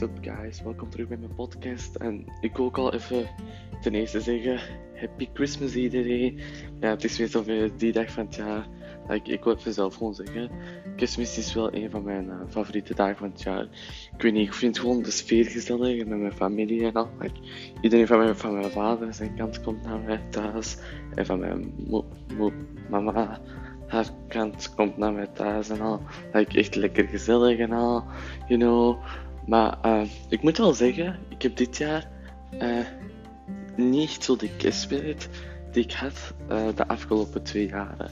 up guys, welkom terug bij mijn podcast. En ik wil ook al even ten eerste zeggen, Happy Christmas iedereen. Ja, het is weer zover die dag van het jaar. Ik wil even zelf gewoon zeggen, Kerstmis is wel een van mijn favoriete dagen van het jaar. Ik weet niet, ik vind gewoon de sfeer gezellig met mijn familie en al. Iedereen van mijn vader zijn kant komt naar mij thuis. En van mijn mama haar kant komt naar mij thuis en al. Echt lekker gezellig en al, you know. Maar ik moet wel zeggen, ik heb dit jaar niet zo de kerstspirit die ik had de afgelopen 2 jaren.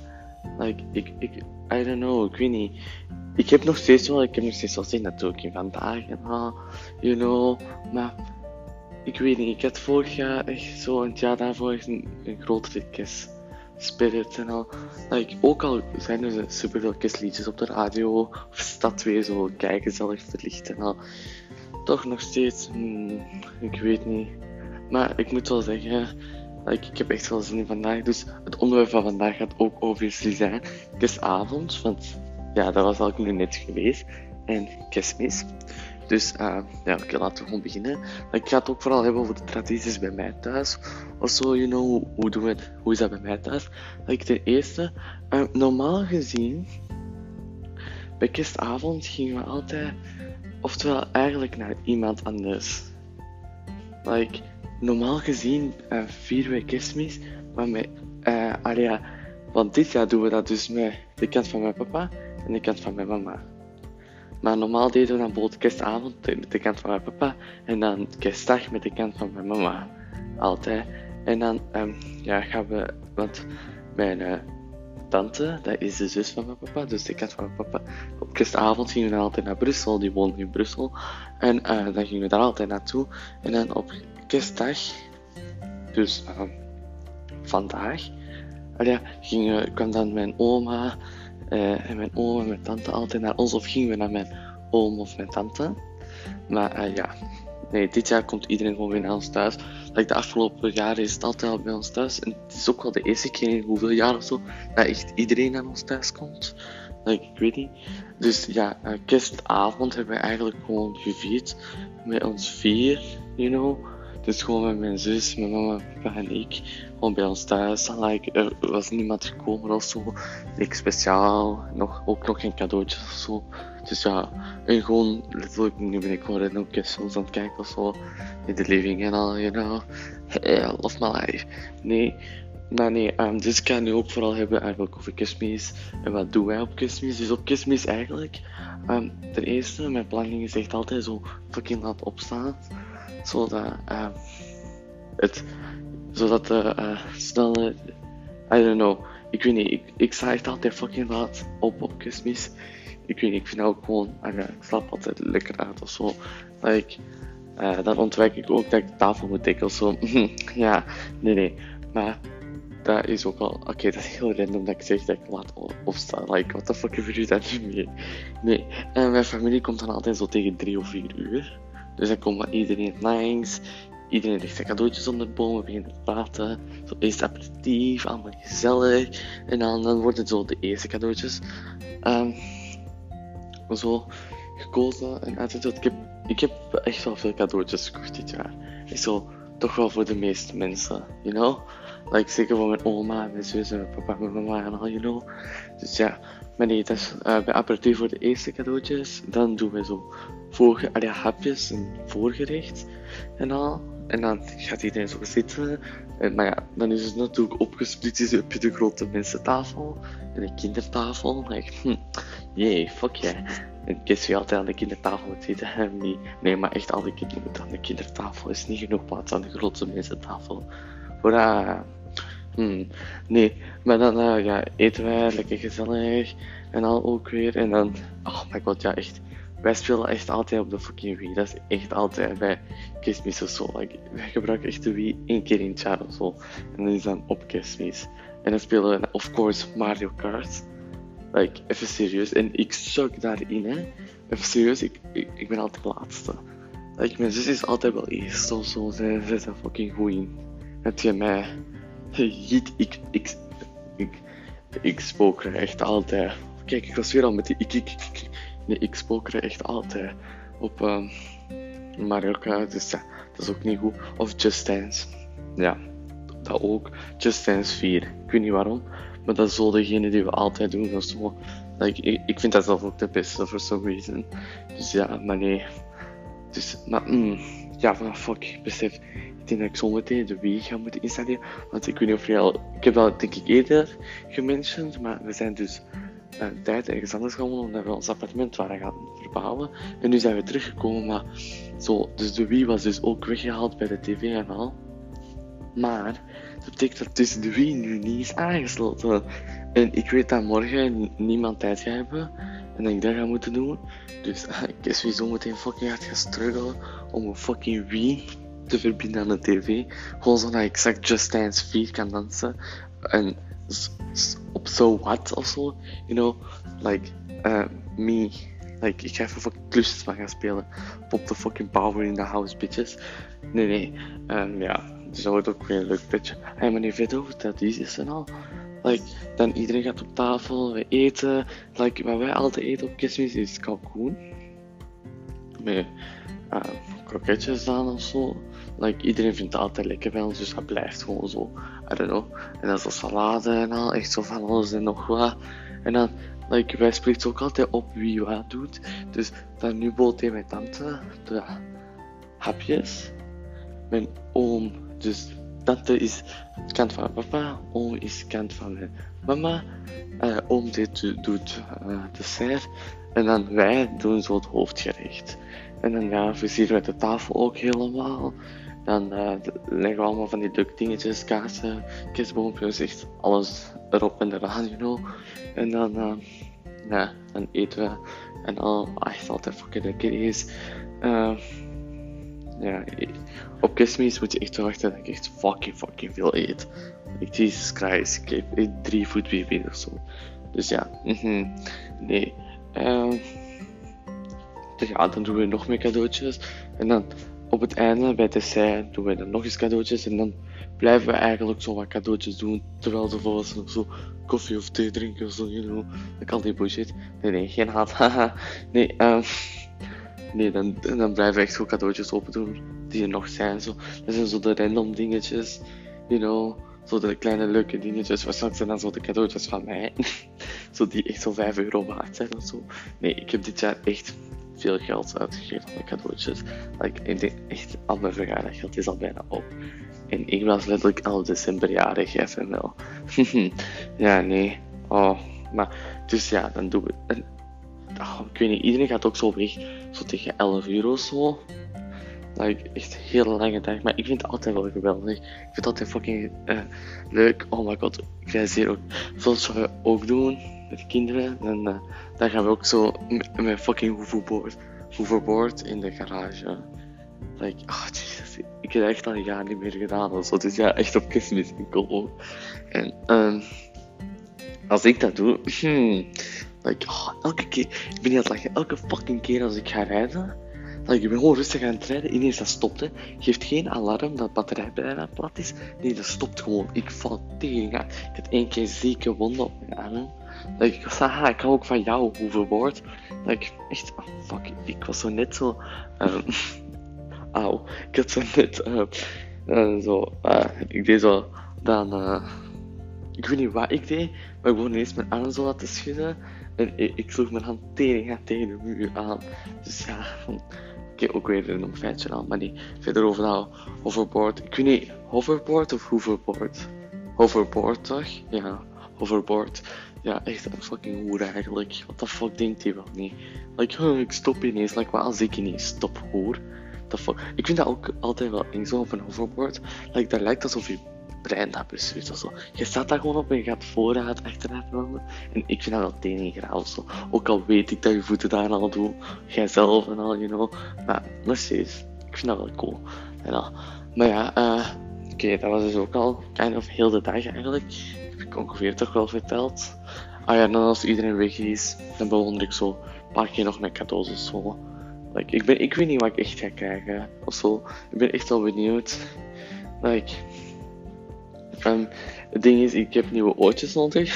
I don't know, ik weet niet. Ik heb nog steeds wel zin natuurlijk in vandaag en al, you know. Maar ik weet niet, ik had vorig jaar echt zo, het jaar daarvoor echt een grotere kerstspirit en al. Ook al zijn er superveel kerstliedjes op de radio, of staat weer zo keigezellig verlicht en al. Toch nog steeds, ik weet niet. Maar ik moet wel zeggen, ik heb echt wel zin in vandaag. Dus het onderwerp van vandaag gaat ook obviously zijn kerstavond. Want ja, dat was al nu net geweest. En kerstmis. Dus oké, laten we gewoon beginnen. Ik ga het ook vooral hebben over de tradities bij mij thuis. Of zo, you know, hoe doen we het? Hoe is dat bij mij thuis? Ten eerste, normaal gezien, bij kerstavond gingen we altijd, oftewel eigenlijk naar iemand anders. Normaal gezien vieren we kerstmis, maar want dit jaar doen we dat dus met de kant van mijn papa en de kant van mijn mama. Maar normaal deden we dan bijvoorbeeld kerstavond met de kant van mijn papa en dan kerstdag met de kant van mijn mama. Altijd. En dan gaan we, want mijn tante, dat is de zus van mijn papa, dus de kant van mijn papa. Op kerstavond gingen we dan altijd naar Brussel, die woont in Brussel. En dan gingen we daar altijd naartoe. En dan op kerstdag, dus vandaag, kwam dan mijn oma en mijn tante altijd naar ons, of gingen we naar mijn oom of mijn tante. Maar nee, dit jaar komt iedereen gewoon weer naar ons thuis. De afgelopen jaren is het altijd al bij ons thuis. En het is ook wel de eerste keer in hoeveel jaar of zo dat echt iedereen naar ons thuis komt. Ik weet niet. Dus ja, kerstavond hebben we eigenlijk gewoon gevierd met ons 4, you know. Dus gewoon met mijn zus, mijn mama, papa en ik. Gewoon bij ons thuis. Er was niemand gekomen of zo. Niks speciaal. Ook nog geen cadeautjes of zo. Dus ja, en gewoon letterlijk, nu ben ik gewoon random kerstfilms aan het kijken of zo. In de living en al, you know. I love my life. Nee. Maar nee, dus ik ga het nu ook vooral hebben eigenlijk over kerstmis. En wat doen wij op kerstmis? Dus op kerstmis eigenlijk, ten eerste, mijn planning is echt altijd zo fucking laat opstaan. Zodat I don't know, ik weet niet, ik sta echt altijd fucking laat op kerstmis. Ik weet niet, ik vind dat ook gewoon, ik slaap altijd lekker uit of zo. Dan ontwijk ik ook dat ik de tafel moet dekken of zo. Ja, nee, maar dat is ook al, oké, dat is heel random dat ik zeg dat ik laat opsta. What the fuck heb je dat niet mee? Nee, en mijn familie komt dan altijd zo tegen 3 of 4 uur. Dus dan komt iedereen langs, iedereen legt zijn cadeautjes onder de boom, we beginnen te praten. Zo eerst aperitief, allemaal gezellig. En dan worden het zo de eerste cadeautjes zo gekozen en uitgedeeld. Ik heb echt wel veel cadeautjes gekocht dit jaar. Toch wel voor de meeste mensen, you know. Zeker voor mijn oma, mijn zus en mijn papa, mijn mama en al, you know. Dus ja, maar nee, dat is bij aperitief voor de eerste cadeautjes. Dan doen we zo hapjes en voorgerecht en al. En dan gaat iedereen zo zitten. Maar ja, dan is het natuurlijk opgesplitst. Dus heb je de grote mensentafel en de kindertafel. Fuck yeah. En kies je altijd aan de kindertafel moet zitten. Nee, maar echt al die kinderen moeten aan de kindertafel. Er is niet genoeg plaats aan de grote mensentafel. Nee, maar dan eten wij lekker gezellig en al ook weer. En dan, oh my god, ja echt. Wij spelen echt altijd op de fucking Wii. Dat is echt altijd bij kerstmis of zo. Wij gebruiken echt de Wii 1 keer in het jaar of zo. En dat is dan op kerstmis. En dan spelen we, of course, Mario Kart. Even serieus. En ik suck daarin, hè. Even serieus, ik ben altijd de laatste. Mijn zus is altijd wel eerst of zo. Zij is er fucking goed in. Heb je mij... Ik spook er echt altijd. Kijk, ik was weer al met die ik. Nee, ik spook er echt altijd op Mario Kart, dus ja, dat is ook niet goed. Of Just Dance. Ja, dat ook. Just Dance 4. Ik weet niet waarom, maar dat is zo degene die we altijd doen of zo. Like, ik vind dat zelf ook de beste for some reason. Dus ja, maar nee. Dus, maar ja, maar fuck, ik besef. Ik denk dat ik zo meteen de Wii ga moeten installeren. Want ik weet niet of je al... Ik heb dat denk ik eerder gementioned, maar we zijn dus tijd ergens anders gaan wonen omdat we ons appartement waren gaan verbouwen. En nu zijn we teruggekomen, maar zo, dus de Wii was dus ook weggehaald bij de tv en al. Maar dat betekent dat dus de Wii nu niet is aangesloten. En ik weet dat morgen niemand tijd gaat hebben en dat ik dat ga moeten doen. Dus ik is sowieso meteen fucking hard gaan struggelen om een fucking Wii te verbinden aan de tv. Gewoon zodat ik straks Just Dance 4 kan dansen. En op So What of zo, you know, like me. Like, ik ga even fucking klusjes van gaan spelen. Pop the fucking power in the house, bitches. Nee, ja, dus dat wordt ook weer een leuk beetje. Hey, maar nu verder over dat is en al. Like, dan iedereen gaat op tafel, we eten. Like, wat wij altijd eten op kerstmis is kalkoen. Met kroketjes dan of zo. Like, iedereen vindt het altijd lekker bij ons, dus dat blijft gewoon zo. I don't know. En dan zo salade en al, echt zo van alles en nog wat. En dan, like, wij spreken ook altijd op wie wat doet. Dus dan nu bood tegen mijn tante de hapjes. Mijn oom, dus tante is kant van mijn papa, oom is kant van mijn mama. Oom doet dessert. En dan wij doen zo het hoofdgerecht. En dan ja, versieren we de tafel ook helemaal. Dan leggen we allemaal van die leuke dingetjes, kaarsen, kerstboompjes, echt alles erop en eraan, you know. En dan, ja, dan eten we en al, echt altijd fucking lekker is. Ja, op kerstmis moet je echt verwachten dat ik echt fucking veel eet. Like, Jesus Christ, ik eet 3 voetbaby's of zo. Dus ja, nee. Ja, dan doen we nog meer cadeautjes. En dan op het einde, bij het dessert, doen we dan nog eens cadeautjes. En dan blijven we eigenlijk zo wat cadeautjes doen. Terwijl de volwassenen zo koffie of thee drinken of zo, you know. Like al die bullshit. Nee, geen haat, haha. Nee, nee, dan blijven we echt zo cadeautjes open doen die er nog zijn. Zo. Dat zijn zo de random dingetjes, you know. Zo de kleine leuke dingetjes. Waarschijnlijk zijn dan zo de cadeautjes van mij. Zo die echt zo €5 waard zijn of zo. Nee, ik heb dit jaar echt veel geld uitgegeven aan de cadeautjes. Like, ik denk echt al mijn verjaardaggeld is al bijna op. En ik was letterlijk al december jarig, FNL. Ja, nee. Oh, maar, dus ja, dan doen we... En, ik weet niet, iedereen gaat ook zo weg, zo tegen €11 zo. Like, echt een hele lange dag, maar ik vind het altijd wel geweldig. Ik vind het altijd fucking leuk. Oh my god, ik realiseer ook, zoals we ook doen met de kinderen, dan gaan we ook zo met fucking hoverboard in de garage. Like, oh Jesus, ik heb echt al een jaar niet meer gedaan of zo, dus ja, echt op kerstmis enkel ook. En als ik dat doe, like, elke keer, ik ben niet aan het lachen, elke fucking keer als ik ga rijden, like, ik ben gewoon rustig aan het rijden, ineens dat stopt, hè. Geeft geen alarm dat de batterij bijna plat is, nee, dat stopt gewoon, ik val tegen. Ik had 1 keer zieke wonden op mijn arm. Like, ik was, haha, ik hou ook van jou, hoverboard. Like, echt, fuck, ik was zo net zo, auw, ik had zo net, ik deed zo, dan, ik weet niet wat ik deed, maar ik begon ineens mijn arm zo laten schudden. En ik sloeg mijn hand tegen de muur aan. Dus ja, oké, ook weer een feitje aan, maar niet verder over dat hoverboard. Ik weet niet, hoverboard of hoverboard? Hoverboard toch? Ja, hoverboard. Ja, echt een fucking hoer eigenlijk. What the fuck denkt hij wel niet? Like, ik stop ineens. Like, wat als ik ineens stop, hoor? The fuck? Ik vind dat ook altijd wel eng zo op een hoverboard. Like, dat lijkt alsof je brein dat bestuurt of zo. Je staat daar gewoon op en je gaat vooruit, achteruit wandelen. En ik vind dat wel tegengraaf of zo. Ook al weet ik dat je voeten daar al doen. Jijzelf en al, you know. Maar, nog steeds. Ik vind dat wel cool. En al. Maar ja, oké, dat was dus ook al kind of heel de dag eigenlijk. Heb ik ongeveer toch wel verteld. Ah ja, dan als iedereen weg is, dan bewonder ik zo een paar keer nog mijn cadeaus of zo. Like, ik weet niet wat ik echt ga krijgen of zo. Ik ben echt wel benieuwd. Like, het ding is, ik heb nieuwe oortjes nodig.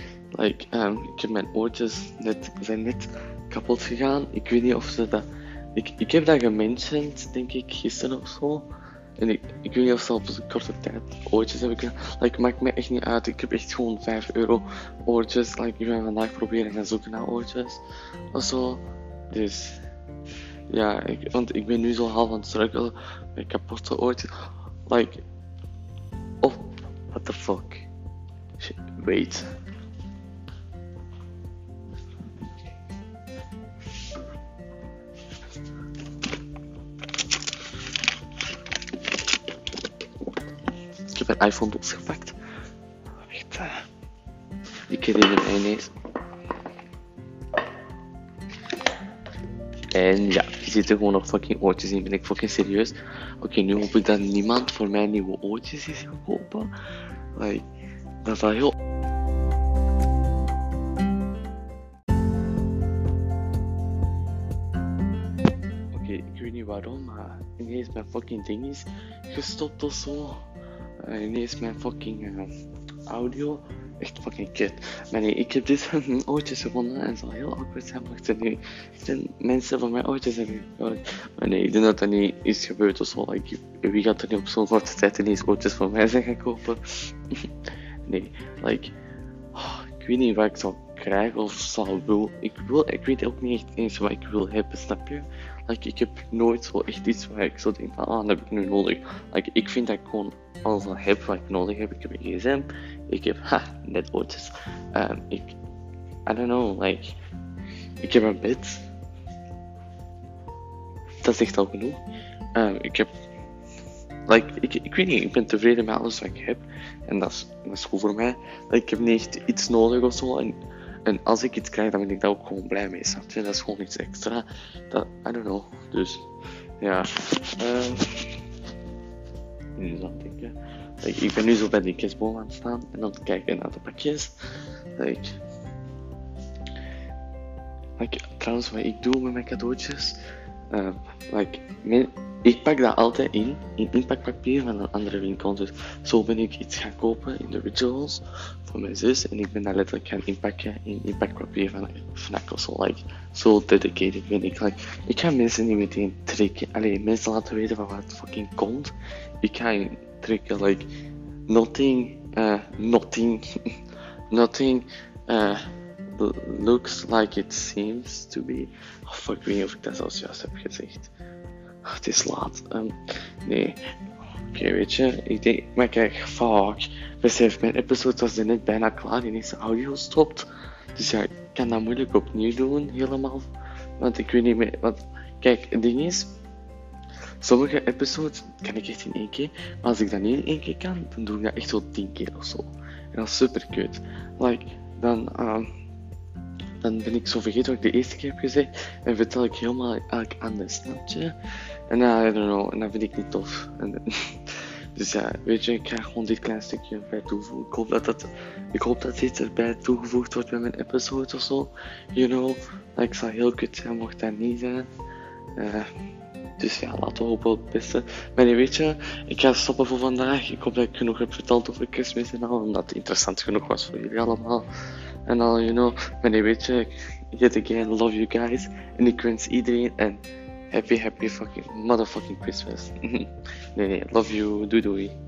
Like, ik heb mijn oortjes zijn net kapot gegaan. Ik weet niet of ze dat Ik heb dat gementiond, denk ik, gisteren of zo. En ik weet niet of ze op zo'n korte tijd oortjes heb ik. Like, maakt me echt niet uit. Ik heb echt gewoon €5 oortjes. Like, ik ben vandaag proberen gaan zoeken naar oortjes. Of zo. Dus ja, want ik ben nu zo half aan het struggelen met kapotte oortjes. Like, oh, what the fuck. Shit, wait. Ik heb een iPhone losgepakt. Wacht, ik herinner mij ineens. En ja, je ziet er gewoon nog fucking oortjes in. Ben ik fucking serieus? Oké, nu hoop ik dat niemand voor mij nieuwe oortjes is gaan kopen. Like, dat is wel heel... Oké, ik weet niet waarom, maar ineens mijn fucking ding is gestopt of zo. Ineens mijn fucking audio. Echt fucking kut. Maar nee, ik heb dit oortjes gevonden en het zal heel awkward zijn mocht er nu mensen van mijn oortjes hebben gehoord. Maar nee, ik denk dat dat niet is gebeurd of zo. Wie gaat er nu op zo'n korte tijd ineens oortjes van mij zijn gaan kopen? Nee, like, ik weet niet wat ik zal krijgen of zal wil. Ik weet ook niet echt eens wat ik wil hebben, snap je? Like, ik heb nooit zo echt iets waar ik zo denk van, dat heb ik nu nodig. Like, ik vind dat ik gewoon alles al heb wat ik nodig heb. Ik heb een gsm, ik heb, net oortjes. I don't know, like, ik heb een bed. Dat is echt al genoeg. Ik heb, like, ik weet niet, ik ben tevreden met alles wat ik heb. En dat is goed voor mij. Like, ik heb niet echt iets nodig of zo. En als ik iets krijg, dan ben ik daar ook gewoon blij mee, snap je? Dat is gewoon iets extra. I don't know. Dus, ja. Nu is aan het denken. Like, ik ben nu zo bij die kerstboom aan het staan en dan kijken naar de pakjes. Trouwens, wat ik doe met mijn cadeautjes. Ik pak dat altijd in inpakpapier van een andere winkel. Dus zo ben ik iets gaan kopen in de Rituals voor mijn zus. En ik ben dat letterlijk gaan inpakken in inpakpapier van Fnac of zo. Like, zo dedicated ben ik. Like, ik ga mensen niet meteen trekken. Alleen mensen laten weten van wat het fucking komt. Ik ga in trekken, like, nothing looks like it seems to be. Oh fuck, ik weet niet of ik dat zelfs juist heb gezegd. Het is laat. Nee. Oké, weet je, ik denk, maar kijk, fuck. Besef, mijn episode was er net bijna klaar, ineens de audio stopt. Dus ja, ik kan dat moeilijk opnieuw doen, helemaal. Want ik weet niet meer, want, kijk, het ding is, sommige episodes kan ik echt in 1 keer, maar als ik dat niet in 1 keer kan, dan doe ik dat echt zo 10 keer of zo. En dat is super kut. Like, dan ben ik zo vergeten wat ik de eerste keer heb gezegd en vertel ik helemaal eigenlijk anders, snap je? En I don't know, en dat vind ik niet tof. Dus ja, weet je, ik ga gewoon dit klein stukje erbij toevoegen. Ik hoop dat dit erbij toegevoegd wordt bij mijn episode of zo. You know, like, het zou heel kut zijn mocht dat niet zijn. Dus ja, laten we hopen op het beste. Maar nee, weet je, ik ga stoppen voor vandaag. Ik hoop dat ik genoeg heb verteld over Kerstmis en al, omdat het interessant genoeg was voor jullie allemaal. En al, you know, maar nee, weet je, yet again, love you guys. En ik wens iedereen een happy fucking motherfucking Christmas. Nee, love you, doei doei.